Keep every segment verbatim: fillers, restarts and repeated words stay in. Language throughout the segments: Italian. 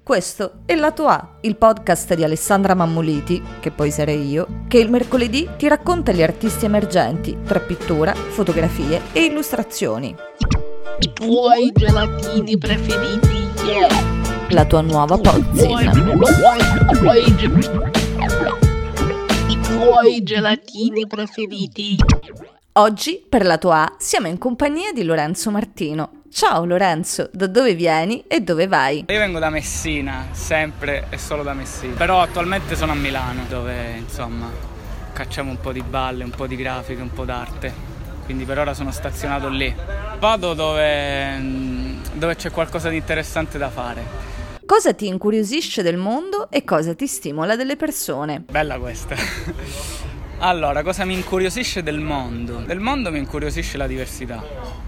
Questo è Lato A, il podcast di Alessandra Mammoliti, che poi sarei io, che il mercoledì ti racconta gli artisti emergenti tra pittura, fotografie e illustrazioni. I tuoi gelatini preferiti, yeah. La tua nuova pozzina. I tuoi gelatini preferiti. Oggi, per Lato A, siamo in compagnia di Lorenzo Martino. Ciao Lorenzo, da dove vieni e dove vai? Io vengo da Messina, sempre e solo da Messina, però attualmente sono a Milano, dove insomma cacciamo un po' di balle, un po' di grafiche, un po' d'arte, quindi per ora sono stazionato lì. Vado dove, dove c'è qualcosa di interessante da fare. Cosa ti incuriosisce del mondo e cosa ti stimola delle persone? Bella questa. Allora, cosa mi incuriosisce del mondo? Del mondo mi incuriosisce la diversità,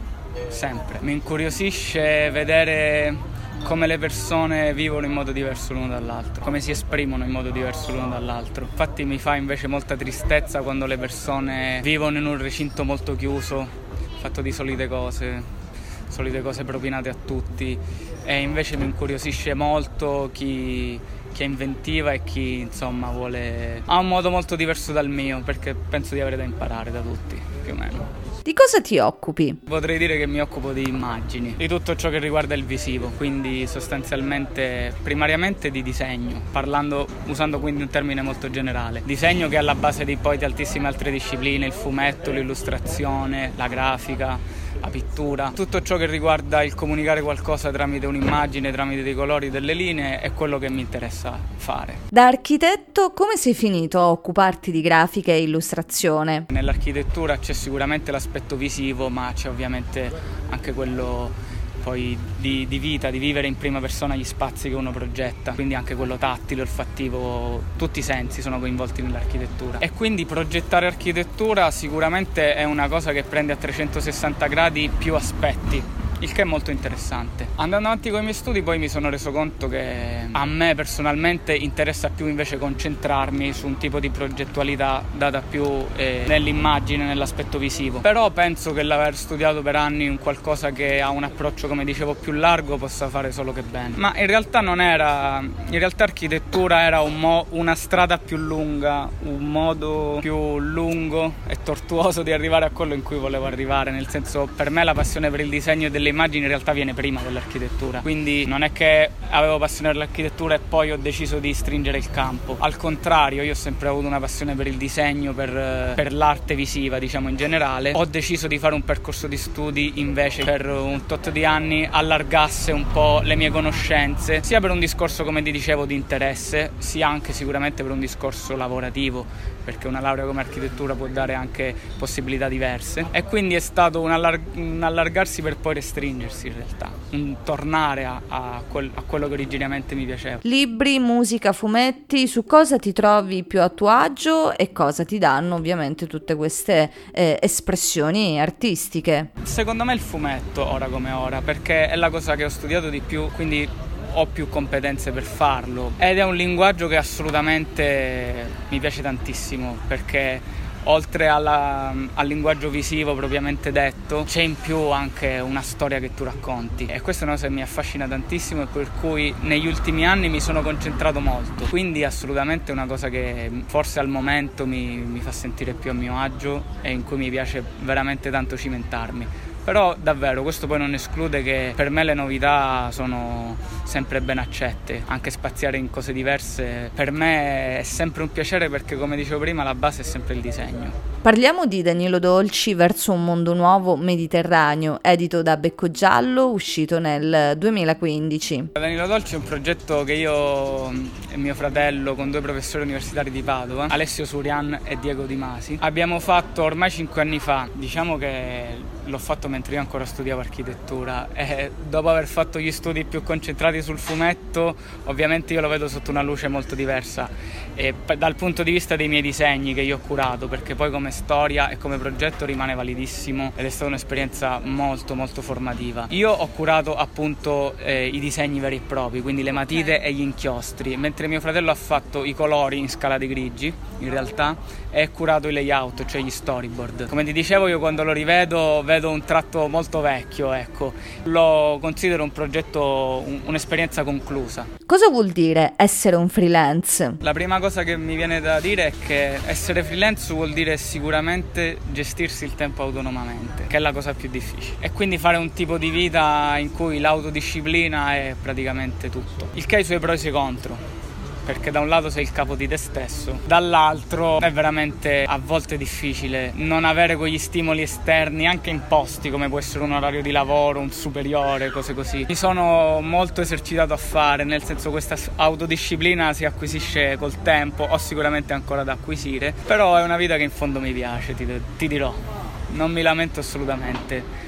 sempre. Mi incuriosisce vedere come le persone vivono in modo diverso l'uno dall'altro, come si esprimono in modo diverso l'uno dall'altro. Infatti mi fa invece molta tristezza quando le persone vivono in un recinto molto chiuso, fatto di solite cose, solite cose propinate a tutti, e invece mi incuriosisce molto chi... chi è inventiva e chi insomma vuole ha un modo molto diverso dal mio, perché penso di avere da imparare da tutti, più o meno. Di cosa ti occupi? Potrei dire che mi occupo di immagini, di tutto ciò che riguarda il visivo, quindi sostanzialmente primariamente di disegno, parlando usando quindi un termine molto generale. Disegno che è alla base di poi di altissime altre discipline, il fumetto, l'illustrazione, la grafica, la pittura, tutto ciò che riguarda il comunicare qualcosa tramite un'immagine, tramite dei colori, delle linee, è quello che mi interessa fare. Da architetto, come sei finito a occuparti di grafica e illustrazione? Nell'architettura c'è sicuramente l'aspetto visivo, ma c'è ovviamente anche quello poi di, di vita, di vivere in prima persona gli spazi che uno progetta, quindi anche quello tattile, olfattivo, tutti i sensi sono coinvolti nell'architettura. E quindi progettare architettura sicuramente è una cosa che prende a trecentosessanta gradi più aspetti, il che è molto interessante. Andando avanti con i miei studi poi mi sono reso conto che a me personalmente interessa più invece concentrarmi su un tipo di progettualità data più eh, nell'immagine, nell'aspetto visivo. Però penso che l'aver studiato per anni un qualcosa che ha un approccio, come dicevo, più largo possa fare solo che bene. Ma in realtà non era, in realtà architettura era un mo- una strada più lunga, un modo più lungo e tortuoso di arrivare a quello in cui volevo arrivare, nel senso, per me la passione per il disegno e delle immagini in realtà viene prima dell'architettura, quindi non è che avevo passione per l'architettura e poi ho deciso di stringere il campo. Al contrario, io ho sempre avuto una passione per il disegno, per, per l'arte visiva, diciamo in generale. Ho deciso di fare un percorso di studi invece per un tot di anni allargasse un po' le mie conoscenze, sia per un discorso, come ti dicevo, di interesse, sia anche sicuramente per un discorso lavorativo, perché una laurea come architettura può dare anche possibilità diverse, e quindi è stato un, allarg- un allargarsi per poi restringersi in realtà, un tornare a, a, quel, a quello che originariamente mi piaceva. Libri, musica, fumetti, su cosa ti trovi più a tuo agio e cosa ti danno ovviamente tutte queste eh, espressioni artistiche? Secondo me il fumetto, ora come ora, perché è la cosa che ho studiato di più, quindi ho più competenze per farlo, ed è un linguaggio che assolutamente mi piace tantissimo, perché oltre alla, al linguaggio visivo propriamente detto c'è in più anche una storia che tu racconti, e questa è una cosa che mi affascina tantissimo e per cui negli ultimi anni mi sono concentrato molto, quindi assolutamente è una cosa che forse al momento mi, mi fa sentire più a mio agio e in cui mi piace veramente tanto cimentarmi. Però davvero questo poi non esclude che per me le novità sono sempre ben accette, anche spaziare in cose diverse per me è sempre un piacere, perché come dicevo prima la base è sempre il disegno. Parliamo di Danilo Dolci, Verso un mondo nuovo mediterraneo, edito da Becco Giallo, uscito nel duemilaquindici. Danilo Dolci è un progetto che io e mio fratello, con due professori universitari di Padova, Alessio Surian e Diego Di Masi, abbiamo fatto ormai cinque anni fa. Diciamo che l'ho fatto mentre io ancora studiavo architettura, e dopo aver fatto gli studi più concentrati sul fumetto ovviamente io lo vedo sotto una luce molto diversa, e dal punto di vista dei miei disegni che io ho curato, perché poi come storia e come progetto rimane validissimo ed è stata un'esperienza molto molto formativa. Io ho curato appunto eh, i disegni veri e propri, quindi le matite e gli inchiostri, mentre mio fratello ha fatto i colori in scala di grigi in realtà, e ha curato i layout, cioè gli storyboard. Come ti dicevo, io quando lo rivedo vedo vedo un tratto molto vecchio, ecco. Lo considero un progetto, un, un'esperienza conclusa. Cosa vuol dire essere un freelance? La prima cosa che mi viene da dire è che essere freelance vuol dire sicuramente gestirsi il tempo autonomamente, che è la cosa più difficile, e quindi fare un tipo di vita in cui l'autodisciplina è praticamente tutto, il che ha i suoi pro e i suoi contro, perché da un lato sei il capo di te stesso, dall'altro è veramente a volte difficile non avere quegli stimoli esterni anche imposti, come può essere un orario di lavoro, un superiore, cose così. Mi sono molto esercitato a fare, nel senso, questa autodisciplina si acquisisce col tempo, ho sicuramente ancora da acquisire, però è una vita che in fondo mi piace, ti, ti dirò, non mi lamento assolutamente.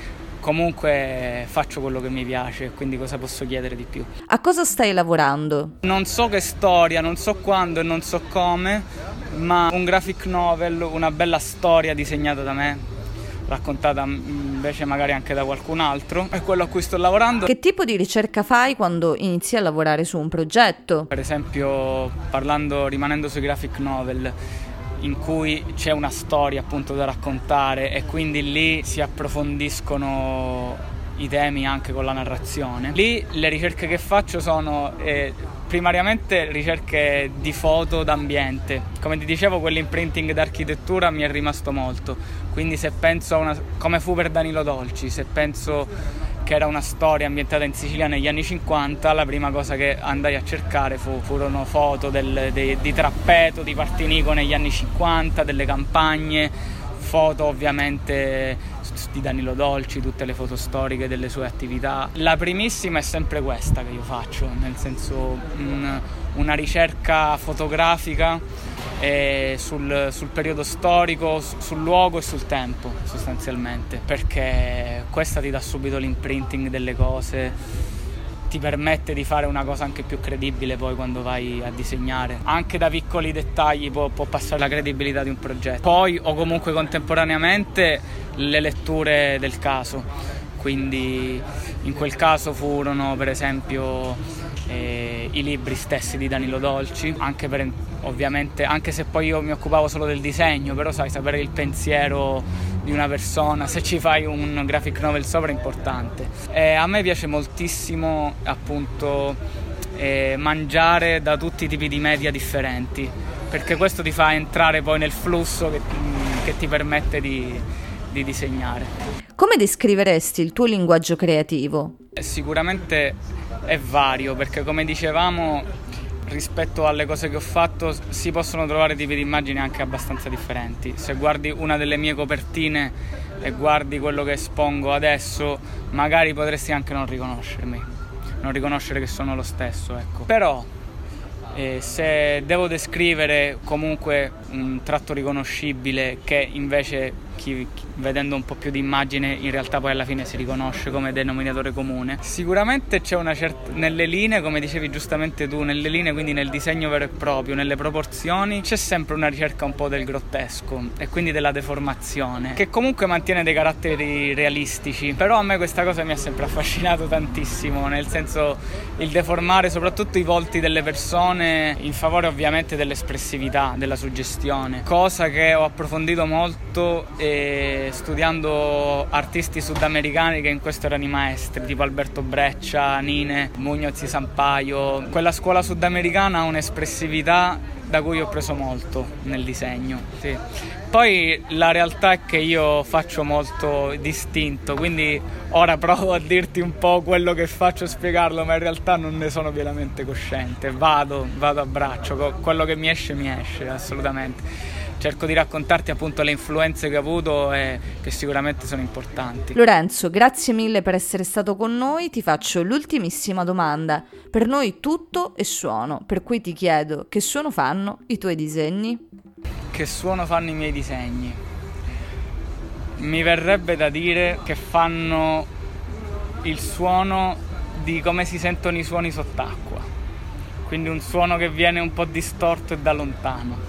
Comunque faccio quello che mi piace, quindi cosa posso chiedere di più? A cosa stai lavorando? Non so che storia, non so quando e non so come, ma un graphic novel, una bella storia disegnata da me, raccontata invece magari anche da qualcun altro, è quello a cui sto lavorando. Che tipo di ricerca fai quando inizi a lavorare su un progetto? Per esempio, parlando, rimanendo sui graphic novel, in cui c'è una storia appunto da raccontare e quindi lì si approfondiscono i temi anche con la narrazione. Lì le ricerche che faccio sono eh, primariamente ricerche di foto d'ambiente. Come ti dicevo, quell'imprinting d'architettura mi è rimasto molto, quindi se penso a una, come fu per Danilo Dolci, se penso che era una storia ambientata in Sicilia negli anni cinquanta, la prima cosa che andai a cercare fu, furono foto del, de, di Trappeto, di Partinico negli anni cinquanta, delle campagne, foto ovviamente di Danilo Dolci, tutte le foto storiche delle sue attività. La primissima è sempre questa che io faccio, nel senso un, una ricerca fotografica eh, sul, sul periodo storico, sul luogo e sul tempo sostanzialmente, perché questa ti dà subito l'imprinting delle cose, ti permette di fare una cosa anche più credibile poi quando vai a disegnare. Anche da piccoli dettagli può, può passare la credibilità di un progetto. Poi o comunque contemporaneamente le letture del caso, quindi in quel caso furono per esempio eh, i libri stessi di Danilo Dolci, anche per ovviamente, anche se poi io mi occupavo solo del disegno, però sai, sapere il pensiero di una persona, se ci fai un graphic novel sopra, è importante. E a me piace moltissimo appunto eh, mangiare da tutti i tipi di media differenti, perché questo ti fa entrare poi nel flusso che, che ti permette di, di disegnare. Come descriveresti il tuo linguaggio creativo? Sicuramente è vario, perché come dicevamo, rispetto alle cose che ho fatto si possono trovare tipi di immagini anche abbastanza differenti. Se guardi una delle mie copertine e guardi quello che espongo adesso, magari potresti anche non riconoscermi, non riconoscere che sono lo stesso, ecco. Però eh, se devo descrivere comunque un tratto riconoscibile che invece chi, chi, vedendo un po' più di immagine in realtà poi alla fine si riconosce come denominatore comune, sicuramente c'è una certa, nelle linee, come dicevi giustamente tu, nelle linee, quindi nel disegno vero e proprio, nelle proporzioni, c'è sempre una ricerca un po' del grottesco e quindi della deformazione, che comunque mantiene dei caratteri realistici. Però a me questa cosa mi ha sempre affascinato tantissimo, nel senso, il deformare soprattutto i volti delle persone in favore ovviamente dell'espressività, della suggestione, cosa che ho approfondito molto e studiando artisti sudamericani che in questo erano i maestri, tipo Alberto Breccia, Nine, Muñoz y Sampaio. Quella scuola sudamericana ha un'espressività da cui ho preso molto nel disegno, sì. Poi la realtà è che io faccio molto distinto, quindi ora provo a dirti un po' quello che faccio, spiegarlo, ma in realtà non ne sono pienamente cosciente. Vado, vado a braccio, quello che mi esce mi esce, assolutamente. Cerco di raccontarti appunto le influenze che ho avuto e che sicuramente sono importanti. Lorenzo, grazie mille per essere stato con noi. Ti faccio l'ultimissima domanda. Per noi tutto è suono, per cui ti chiedo: che suono fanno i tuoi disegni? Che suono fanno i miei disegni? Mi verrebbe da dire che fanno il suono di come si sentono i suoni sott'acqua, quindi un suono che viene un po' distorto e da lontano.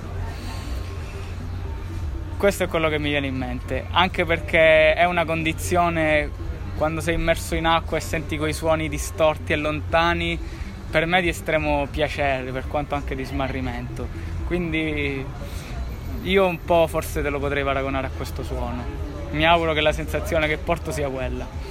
Questo è quello che mi viene in mente, anche perché è una condizione, quando sei immerso in acqua e senti quei suoni distorti e lontani, per me di estremo piacere, per quanto anche di smarrimento. Quindi io un po' forse te lo potrei paragonare a questo suono. mi auguro che la sensazione che porto sia quella.